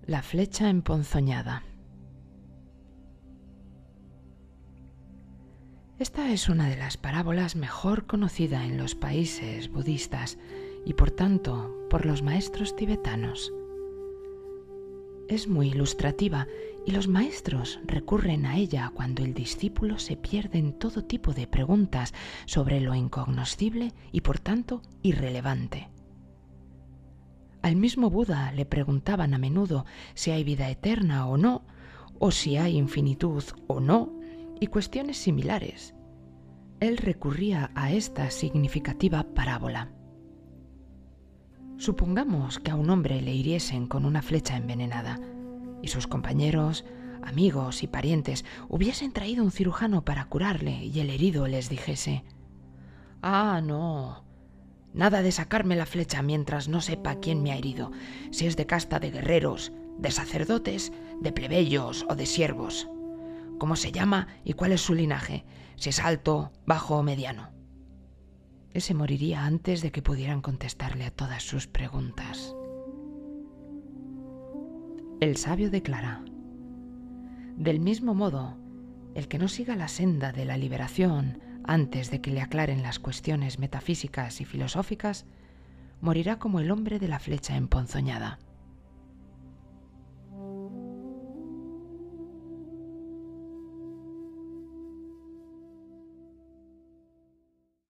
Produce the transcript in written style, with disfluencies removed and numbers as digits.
La flecha emponzoñada. Esta es una de las parábolas mejor conocida en los países budistas y por tanto por los maestros tibetanos. Es muy ilustrativa y los maestros recurren a ella cuando el discípulo se pierde en todo tipo de preguntas sobre lo incognoscible y por tanto irrelevante. Al mismo Buda le preguntaban a menudo si hay vida eterna o no, o si hay infinitud o no, y cuestiones similares. Él recurría a esta significativa parábola. Supongamos que a un hombre le hiriesen con una flecha envenenada, y sus compañeros, amigos y parientes hubiesen traído un cirujano para curarle y el herido les dijese: «Ah, no, nada de sacarme la flecha mientras no sepa quién me ha herido, si es de casta de guerreros, de sacerdotes, de plebeyos o de siervos. ¿Cómo se llama y cuál es su linaje? Si es alto, bajo o mediano». Ese moriría antes de que pudieran contestarle a todas sus preguntas. El sabio declara: del mismo modo, el que no siga la senda de la liberación antes de que le aclaren las cuestiones metafísicas y filosóficas, morirá como el hombre de la flecha emponzoñada.